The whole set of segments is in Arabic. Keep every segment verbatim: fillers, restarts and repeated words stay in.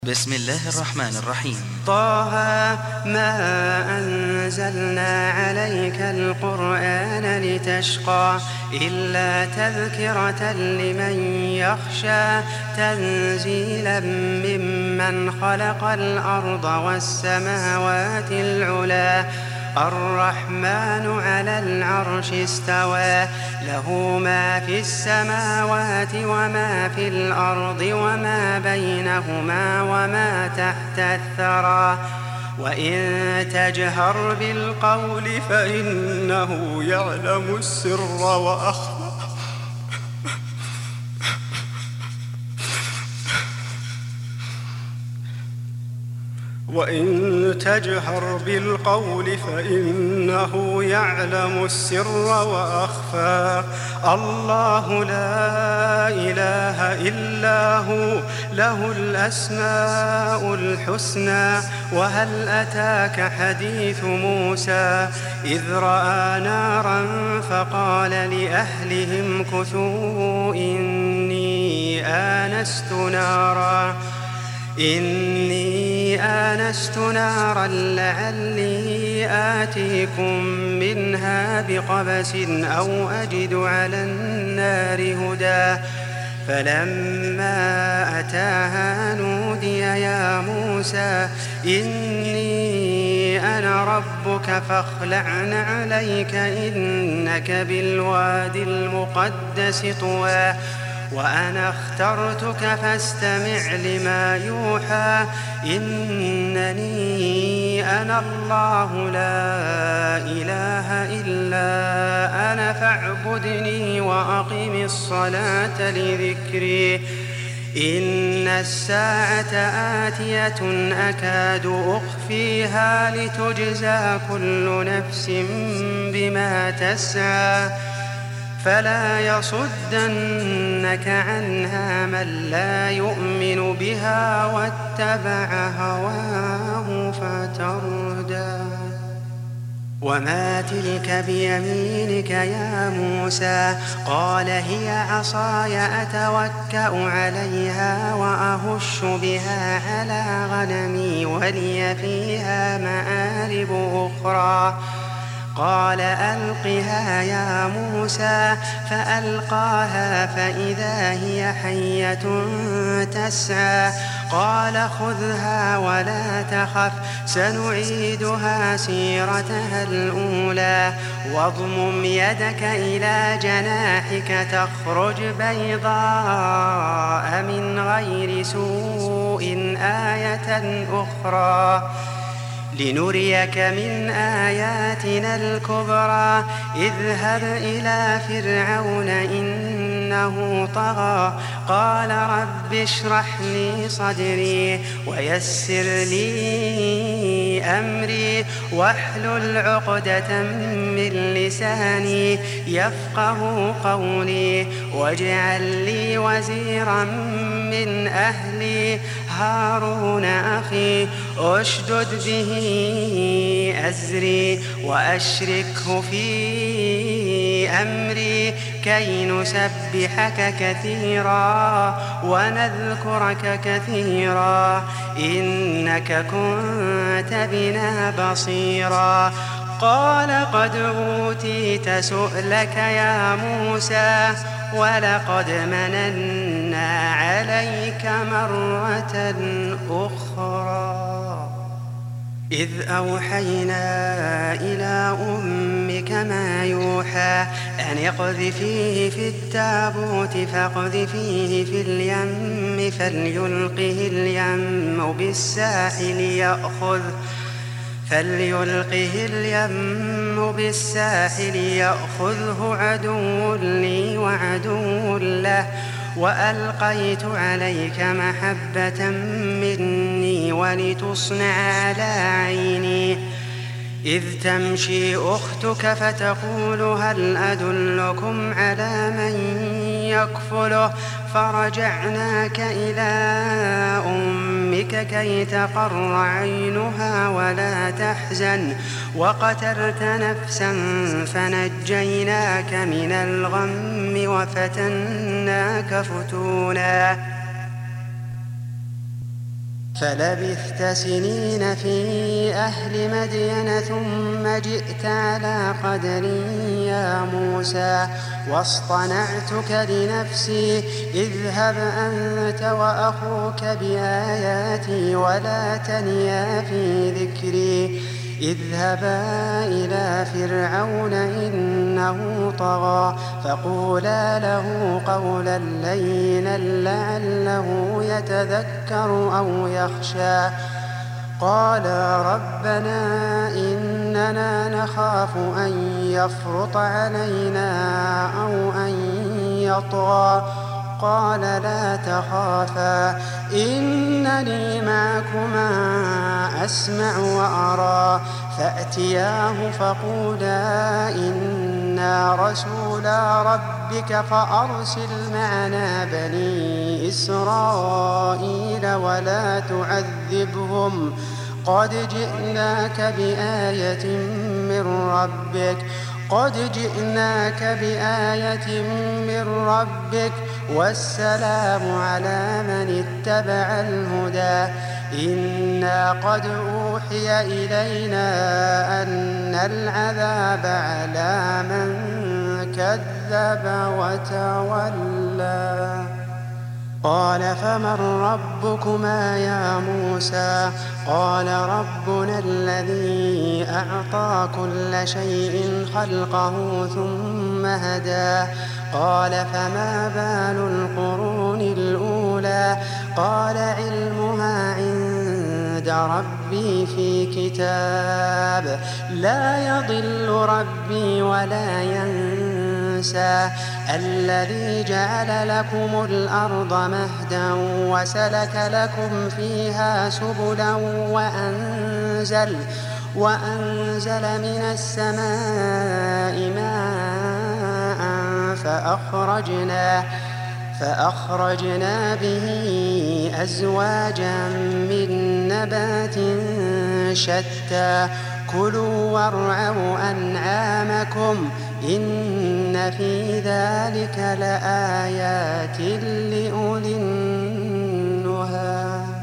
بسم الله الرحمن الرحيم. طه ما أنزلنا عليك القرآن لتشقى إلا تذكرة لمن يخشى تنزيلا ممن خلق الأرض والسماوات العلى الرحمن على العرش استوى له ما في السماوات وما في الأرض وما بينهما وما تحت الثرى وإن تجهر بالقول فإنه يعلم السر وأخفى وإن تجهر بالقول فإنه يعلم السر وأخفى الله لا إله إلا هو له الأسماء الحسنى وهل أتاك حديث موسى إذ رأى نارا فقال لأهلهم كثوا إني آنست نارا إني آنست نارا لعلي آتيكم منها بقبس أو أجد على النار هدى فلما أتاها نودي يا موسى إني أنا ربك فاخلع عليك إنك بالوادي المقدس طوى وأنا اخترتك فاستمع لما يوحى إنني أنا الله لا إله إلا أنا فاعبدني وأقم الصلاة لذكري إن الساعة آتية أكاد أخفيها لتجزى كل نفس بما تسعى فلا يصدنك عنها من لا يؤمن بها واتبع هواه فتردى وما تلك بيمينك يا موسى قال هي عصاي أتوكأ عليها وأهش بها على غنمي ولي فيها مآرب أخرى قال ألقها يا موسى فألقاها فإذا هي حية تسعى قال خذها ولا تخف سنعيدها سيرتها الأولى واضمم يدك إلى جناحك تخرج بيضاء من غير سوء آية أخرى لنريك من آياتنا الكبرى اذهب إلى فرعون إنه طغى قال رب اشرح لي صدري ويسر لي أمري واحلل عقدة من لساني يفقه قولي واجعل لي وزيرا من أهلي هارون أخي أشدد به أزري وأشركه في أمري كي نسبحك كثيرا ونذكرك كثيرا إنك كنت بنا بصيرا قال قد أوتيت سؤلك يا موسى ولقد مننا عليك مرة أخرى إذ أوحينا إلى أمك ما يوحى أن اقذفيه في التابوت فاقذفيه في اليم فليلقه اليم بالساحل يأخذ فليلقه اليم بالساحل يأخذه عدو لي وعدو له وألقيت عليك محبة مني ولتصنع على عيني إذ تمشي أختك فتقول هل أدلكم على من يكفله فرجعناك إلى أمك كي تقر عينها ولا تحزن وقتلت نفسا فنجيناك من الغم وفتناك فتونا فلبثت سنين في أهل مدين ثم جئت على قدري يا موسى واصطنعتك لنفسي اذهب أنت وأخوك بآياتي ولا تنيا في ذكري اذهبا إلى فرعون إنه طغى فقولا له قولا لينا لعله يتذكر أو يخشى قالا ربنا إننا نخاف أن يفرط علينا أو أن يطغى قال لا تخافا إنني معكما أسمع وأرى فأتياه فقولا إنا رسولا ربك فأرسل معنا بني إسرائيل ولا تعذبهم قد جئناك بآية من ربك قد جئناك بآية من ربك والسلام على من اتبع الهدى إنا قد أوحي إلينا أن العذاب على من كذب وتولى قال فمن ربكما يا موسى قال ربنا الذي أعطى كل شيء خلقه ثم هدى قال فما بال القرون الأولى قال علمها عند ربي في كتاب لا يضل ربي ولا ينسى الذي جعل لكم الأرض مهدا وسلك لكم فيها سبلا وأنزل وأنزل من السماء ماء فأخرجنا فأخرجنا به أزواجا من نبات شتى كلوا وارعوا أنعامكم إن في ذلك لآيات لأولي النهى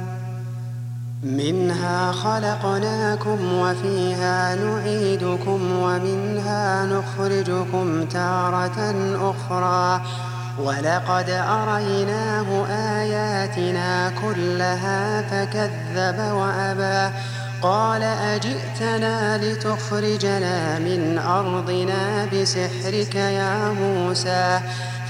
منها خلقناكم وفيها نعيدكم ومنها نخرجكم تارة أخرى ولقد أريناه آياتنا كلها فكذب وأبى قال أجئتنا لتخرجنا من أرضنا بسحرك يا موسى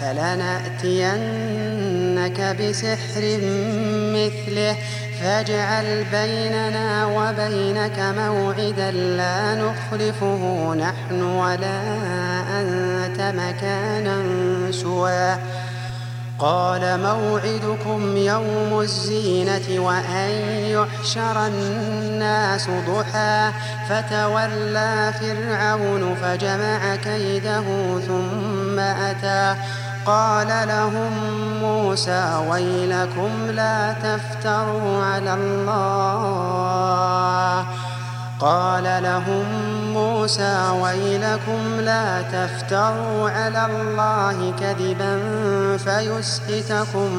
فلنأتينك بسحر مثله فاجعل بيننا وبينك موعدا لا نخلفه نحن ولا أنت مكانا سوى قال موعدكم يوم الزينة وأن يحشر الناس ضحى فتولى فرعون فجمع كيده ثم أتى قال لهم موسى ويلكم لا تفتروا على الله قال لهم موسى ويلكم لا تفتروا على الله كذبا فيسحتكم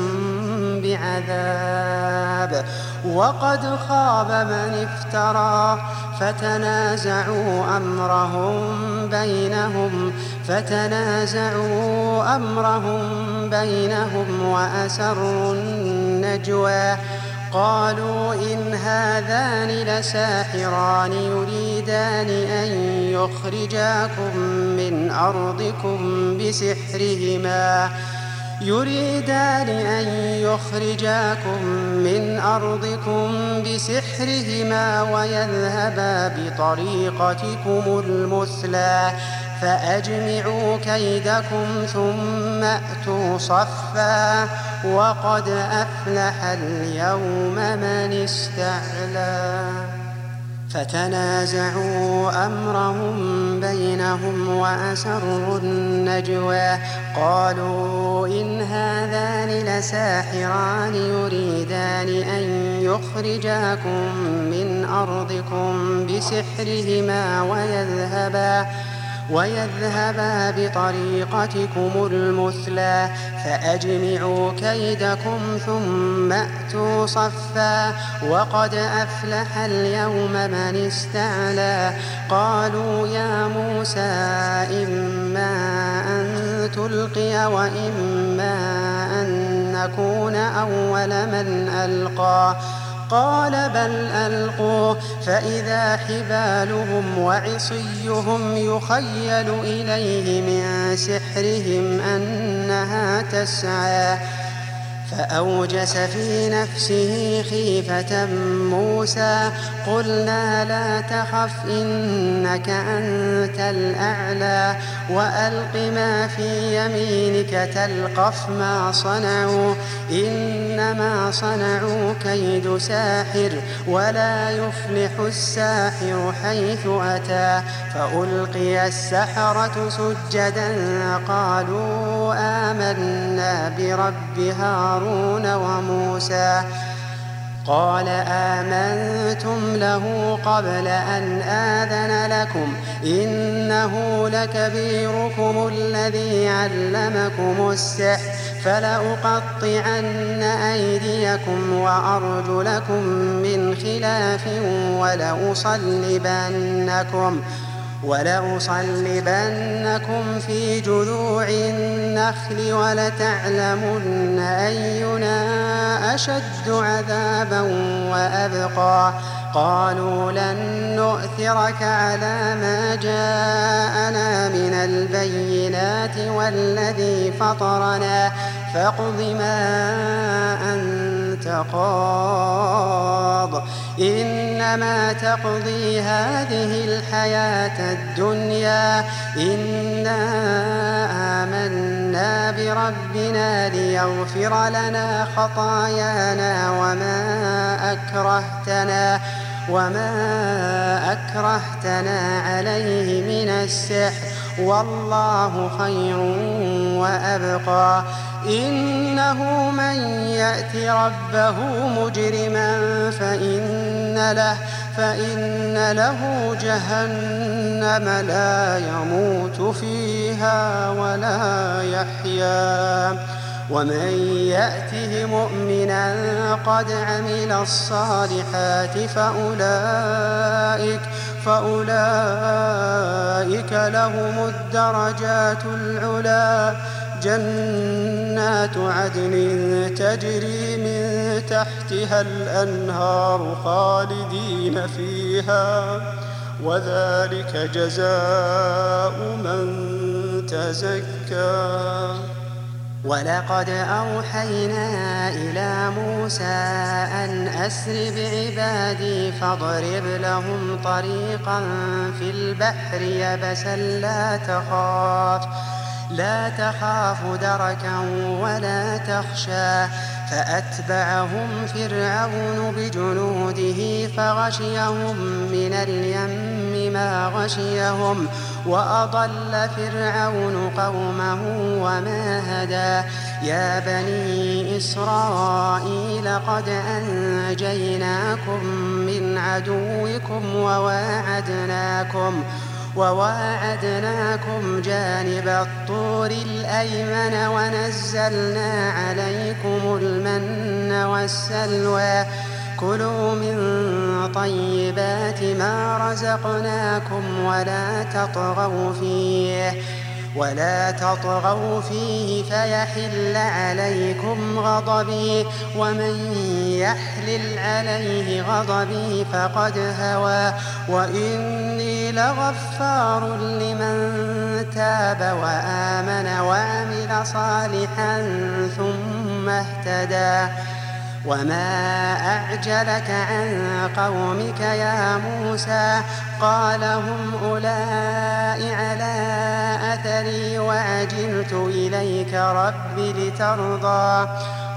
بعذاب وقد خاب من افترى فتنازعوا أمرهم بينهم فتنازعوا أمرهم بينهم وأسروا النجوى قالوا إن هذان لساحران يريدان أن يخرجاكم من أرضكم بسحرهما يريدان أن يخرجاكم من أرضكم بسحرهما ويذهبا بطريقتكم المثلى فأجمعوا كيدكم ثم أتوا صفا وقد أفلح اليوم من استعلى فتنازعوا أمرهم بينهم وأسروا النجوى قالوا إن هذان لساحران يريدان أن يخرجاكم من أرضكم بسحرهما ويذهبا ويذهبا بطريقتكم المثلى فأجمعوا كيدكم ثم أتوا صفا وقد أفلح اليوم من استعلى قالوا يا موسى إما أن تلقي وإما أن نكون أول من ألقى قال بل ألقوا فإذا حبالهم وعصيهم يخيل إليه من سحرهم أنها تسعى فأوجس في نفسه خيفة موسى قلنا لا تخف إنك أنت الأعلى وألق ما في يمينك تلقف ما صنعوا إنما صنعوا كيد ساحر ولا يفلح الساحر حيث أتى فألقي السحرة سجدا قالوا آمنا برب هارون وموسى قال آمنتم له قبل أن آذن لكم إنه لكبيركم الذي علمكم السحر فلأقطعن أيديكم وأرجلكم من خلاف ولأصلبنكم ولأصلبنكم في جذوع النخل ولتعلمن أينا أشد عذابا وأبقى قالوا لن نؤثرك على ما جاءنا من البينات والذي فطرنا فاقض ما أنت قاض إنما تقضي هذه الحياة الدنيا إنا آمنا بربنا ليغفر لنا خطايانا وما أكرهتنا وما أكرهتنا عليه من السحر والله خير وأبقى إنه من يأت ربه مجرما فإن له, فإن له جهنم لا يموت فيها ولا يحيا ومن يأته مؤمنا قد عمل الصالحات فأولئك, فأولئك لهم الدرجات العلى جنات عدن تجري من تحتها الأنهار خالدين فيها وذلك جزاء من تزكى ولقد أوحينا إلى موسى أن أسر بعبادي فاضرب لهم طريقا في البحر يبسا لا تخاف لا تخاف دركا ولا تخشى فأتبعهم فرعون بجنوده فغشيهم من اليم ما غشيهم وأضل فرعون قومه وما هدى يا بني إسرائيل قد أنجيناكم من عدوكم وواعدناكم وواعدناكم جانب الطور الأيمن ونزلنا عليكم المن والسلوى كلوا من طيبات ما رزقناكم ولا تطغوا فيه ولا تطغوا فيه فيحل عليكم غضبي ومن يحلل عليه غضبي فقد هوى وإني لغفار لمن تاب وآمن وعمل صالحا ثم اهتدى وما أعجلك عن قومك يا موسى قال هم أولئك على أثري وعجلت إليك رب لترضى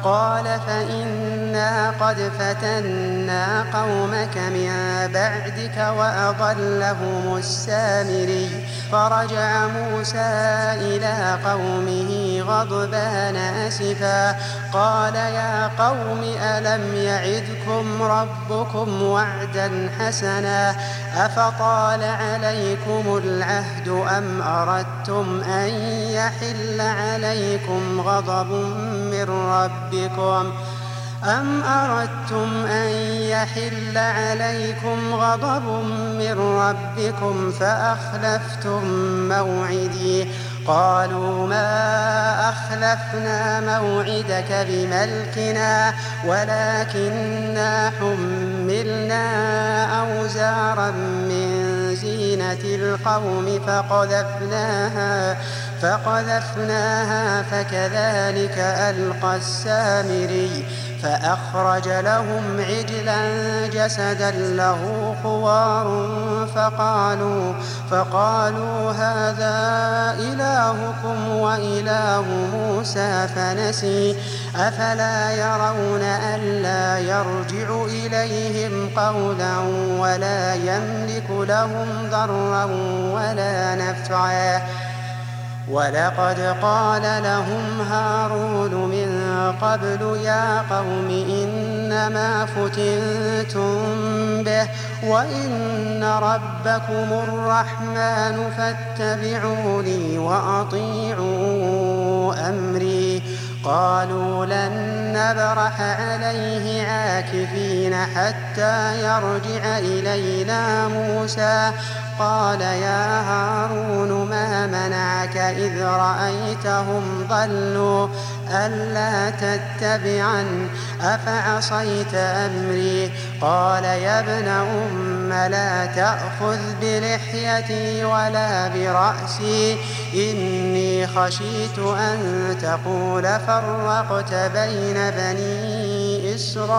قال فإنا قد فتنا قومك من بعدك وأضلهم السامري فرجع موسى إلى قومه غضبان أسفا قال يا قوم ألم يعدكم ربكم وعدا حسنا أفطال عليكم العهد أم أردتم أن يحل عليكم غضب من ربكم أم أردتم أن يحل عليكم غضب من ربكم فأخلفتم موعدي قالوا ما أخلفنا موعدك بملكنا ولكننا حملنا أوزارا من زينة القوم فقذفناها فقذفناها فكذلك ألقى السامري فأخرج لهم عجلا جسدا له خوار فقالوا, فقالوا هذا إلهكم وإله موسى فنسي أفلا يرون ألا يرجع إليهم قولا ولا يملك لهم ضرا ولا نفعا ولقد قال لهم هارون من قبل يا قوم إنما فتنتم به وإن ربكم الرحمن فاتبعوني وأطيعوا أمري قالوا لن نبرح عليه عاكفين حتى يرجع إلينا موسى قال يا هارون ما منعك إذ رأيتهم ضلوا ألا تتبعن أفعصيت أمري قال يا ابن أم لا تأخذ بلحيتي ولا برأسي إني خشيت أن تقول فرقت بين بني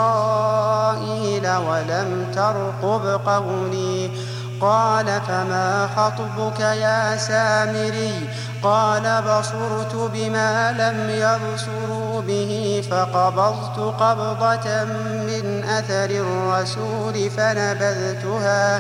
إسرائيل ولم ترقب قولي قال فما خطبك يا سامري قال بصرت بما لم يبصروا به فقبضت قبضة من أثر الرسول فنبذتها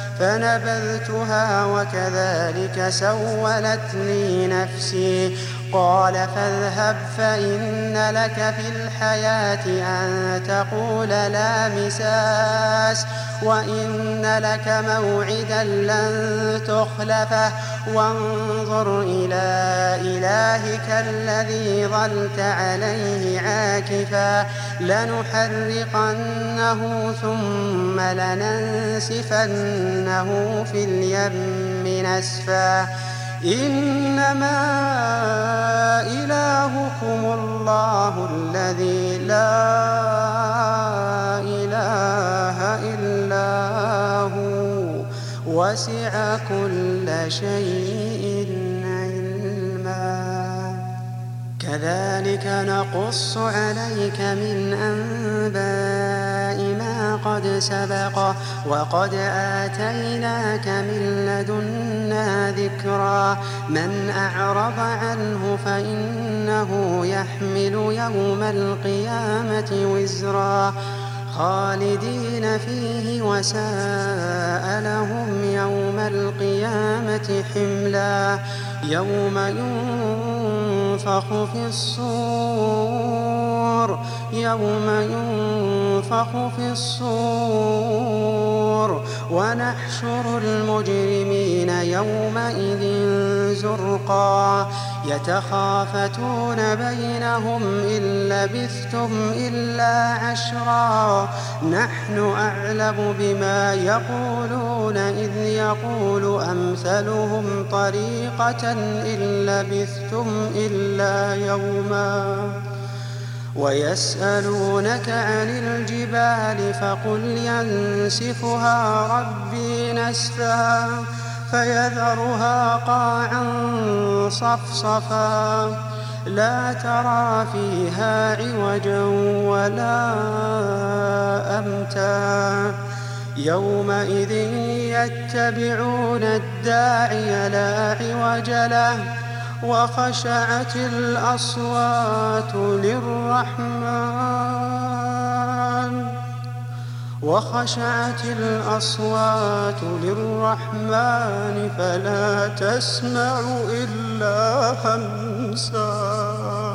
فنبذتها وكذلك سولت لي نفسي قال فاذهب فإن لك في الحياة أن تقول لا مساس وإن لك موعدا لن تخلفه وانظر إلى إلهك الذي ظلت عليه عاكفا لنحرقنه ثم لننسفنه في اليم نسفا إنما إلهكم الله الذي لا إله إلا هو وسع كل شيء علما كذلك نقص عليك من أنباء ما قد سبق وقد آتيناك من لدنا ذكرا من أعرض عنه فإنه يحمل يوم القيامة وزرا خالدين فيه وساء لهم يوم القيامة حملا يوم ينفخ في الصور يوم ينفخ في الصور ونحشر المجرمين يومئذ زرقا يتخافتون بينهم إن لبثتم إلا عشرا نحن أعلم بما يقولون إذ يقول أمثلهم طريقة إن لبثتم إلا يوما ويسألونك عن الجبال فقل ينسفها ربي نسفا فيذرها قاعا صفصفا لا ترى فيها عوجا ولا أمتا يومئذ يتبعون الداعي لا عوج له وخشعت الأصوات للرحمن وخشعت الأصوات للرحمن فلا تسمع إلا همسا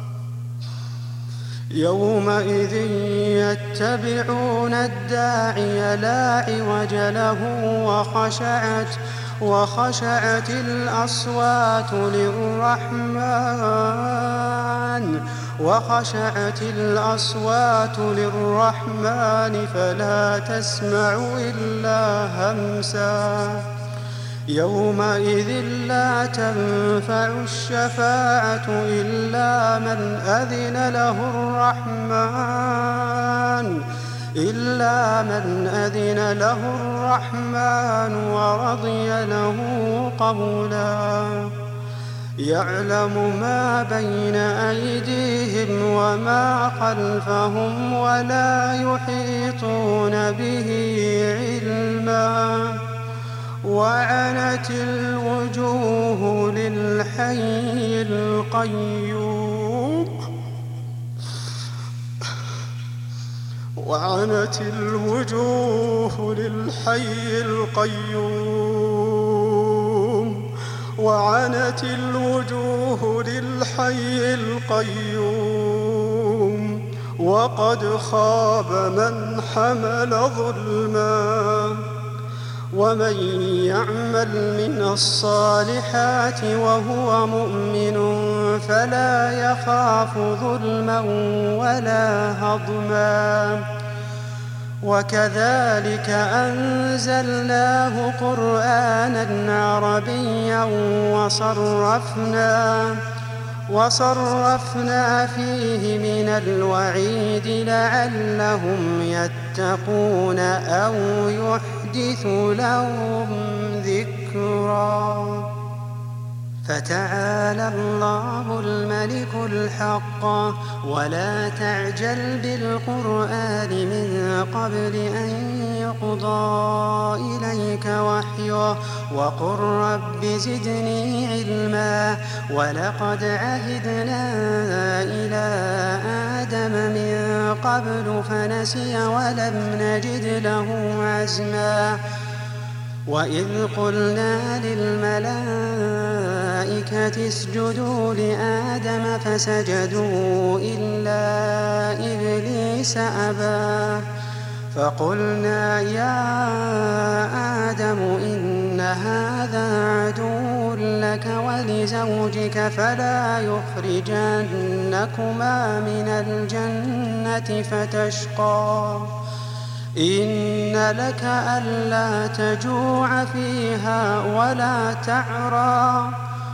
يومئذ يتبعون الداعي لا عوج له وخشعت وخشعت الأصوات للرحمن وخشعت الأصوات للرحمن فلا تسمع إلا همسا يومئذ لا تنفع الشفاعة إلا من أذن له الرحمن إلا من أذن له الرحمن ورضي له قولا يعلم ما بين أيديهم وما خلفهم ولا يحيطون به علما وعنت الوجوه للحي القيوم وعنت الوجوه للحي القيوم وعنت الوجوه للحي القيوم وقد خاب من حمل ظلما ومن يعمل من الصالحات وهو مؤمن فلا يخاف ظلما ولا هضما وكذلك أنزلناه قرآنا عربيا وصرفنا وصرفنا فيه من الوعيد لعلهم يتقون أو يحدث لهم ذكرا فتعالى الله الملك الحق ولا تعجل بالقرآن من قبل أن يقضى إليك وحيه وقل رب زدني علما ولقد عهدنا إلى آدم من قبل فنسي ولم نجد له عزما وإذ قلنا للملائكة اسجدوا لآدم فسجدوا إلا إبليس أبى فقلنا يا آدم إن هذا عدو لك ولزوجك فلا يخرجنكما من الجنة فتشقى إن لك ألا تجوع فيها ولا تعرى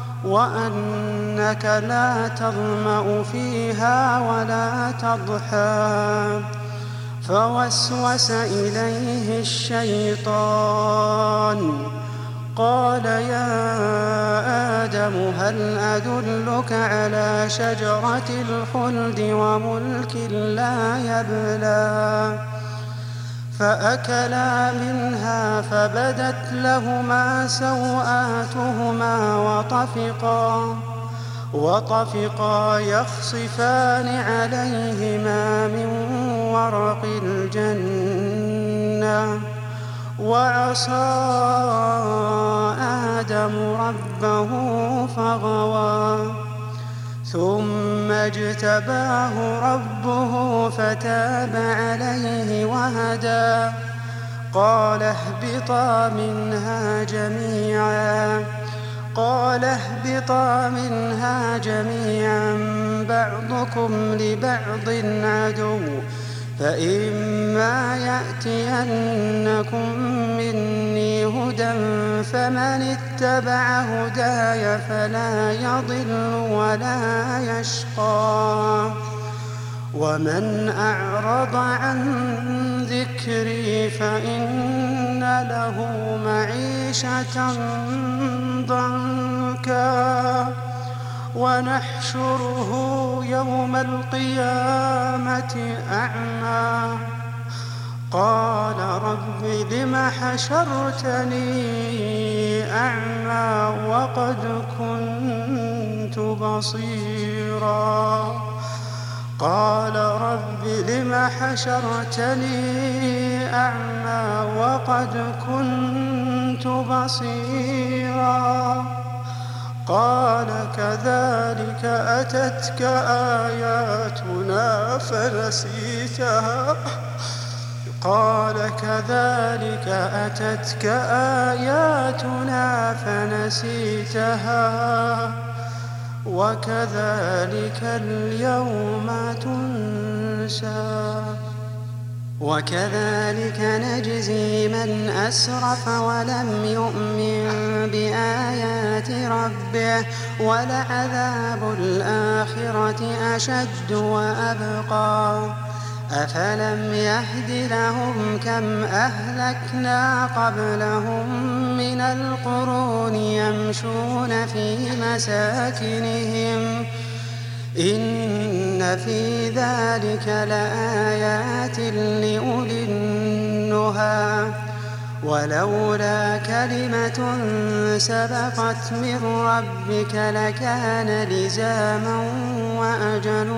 وأنك لا تظمأ فيها ولا تضحى فوسوس إليه الشيطان قال يا آدم هل أدلك على شجرة الخلد وملك لا يبلى فأكلا منها فبدت لهما سوآتهما وطفقا وطفقا يخصفان عليهما من ورق الجنة وعصى آدم ربه فغوى ثم اجتباه ربه فتاب عليه وهدى قال اهبطا منها جميعا قال اهبطا منها جميعا بعضكم لبعض عدو فإما يأتينكم مني هدى فمن اتبع هداي فلا يضل ولا يشقى ومن أعرض عن ذكري فإن له معيشة ضنكا ونحشره يوم القيامة أعمى قال رب لم حشرتني أعمى وقد كنت كنت بصيرا قال رب لم حشرتني أعمى وقد كنت بصيرا قال كذلك أتتك آياتنا فنسيتها قال كذلك أتتك آياتنا فنسيتها وكذلك اليوم تنسى وكذلك نجزي من أسرف ولم يؤمن بآيات ربه ولعذاب الآخرة أشد وأبقى أفلم يهد لهم كم أهلكنا قبلهم من القرون يمشون في مساكنهم إن في ذلك لآيات لأولي النهى ولولا كلمة سبقت من ربك لكان لزاما وأجل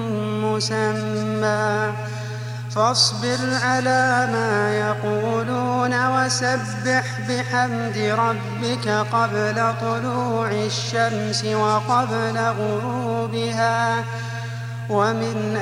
مسمى فاصبر على ما يقولون وسبح بحمد ربك قبل طلوع الشمس وقبل غروبها ومن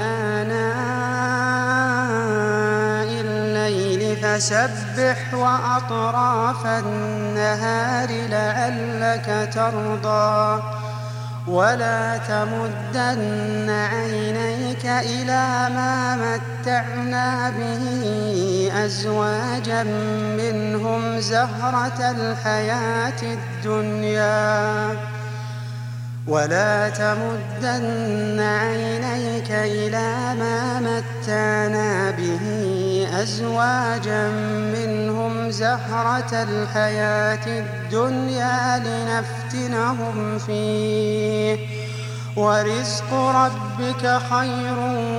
آناء الليل فسبح وأطراف النهار لعلك ترضى ولا تمدن عينيك إلى ما متعنا به أزواجا منهم زهرة الحياة الدنيا ولا تمدن عينيك إلى ما متعنا به أزواجا منهم زهرة الحياة الدنيا لنفتنهم فيه ورزق ربك خير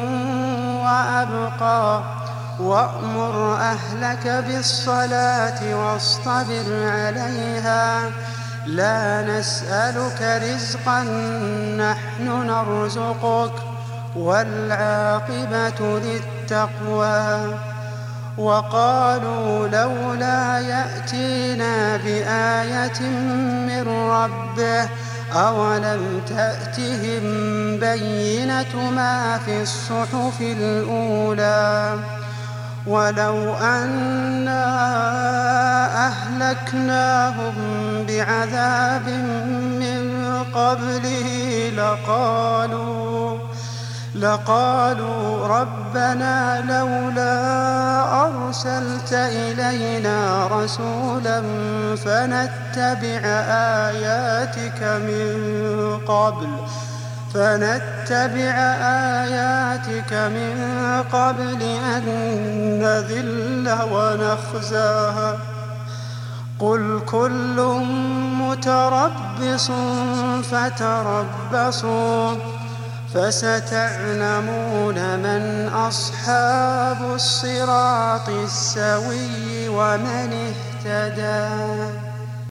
وأبقى وأمر أهلك بالصلاة واصطبر عليها لا نسألك رزقا نحن نرزقك والعاقبة للتقوى وقالوا لولا يأتينا بآية من ربه أولم تأتهم بينة ما في الصحف الأولى ولو أنا أهلكناهم بعذاب من قبله لقالوا لقالوا ربنا لولا أرسلت إلينا رسولا فنتبع آياتك من قبل فنتبع آياتك من قبل أن نذل ونخزاها قل كل متربص فتربصوا فستعلمون من أصحاب الصراط السوي ومن اهتدى.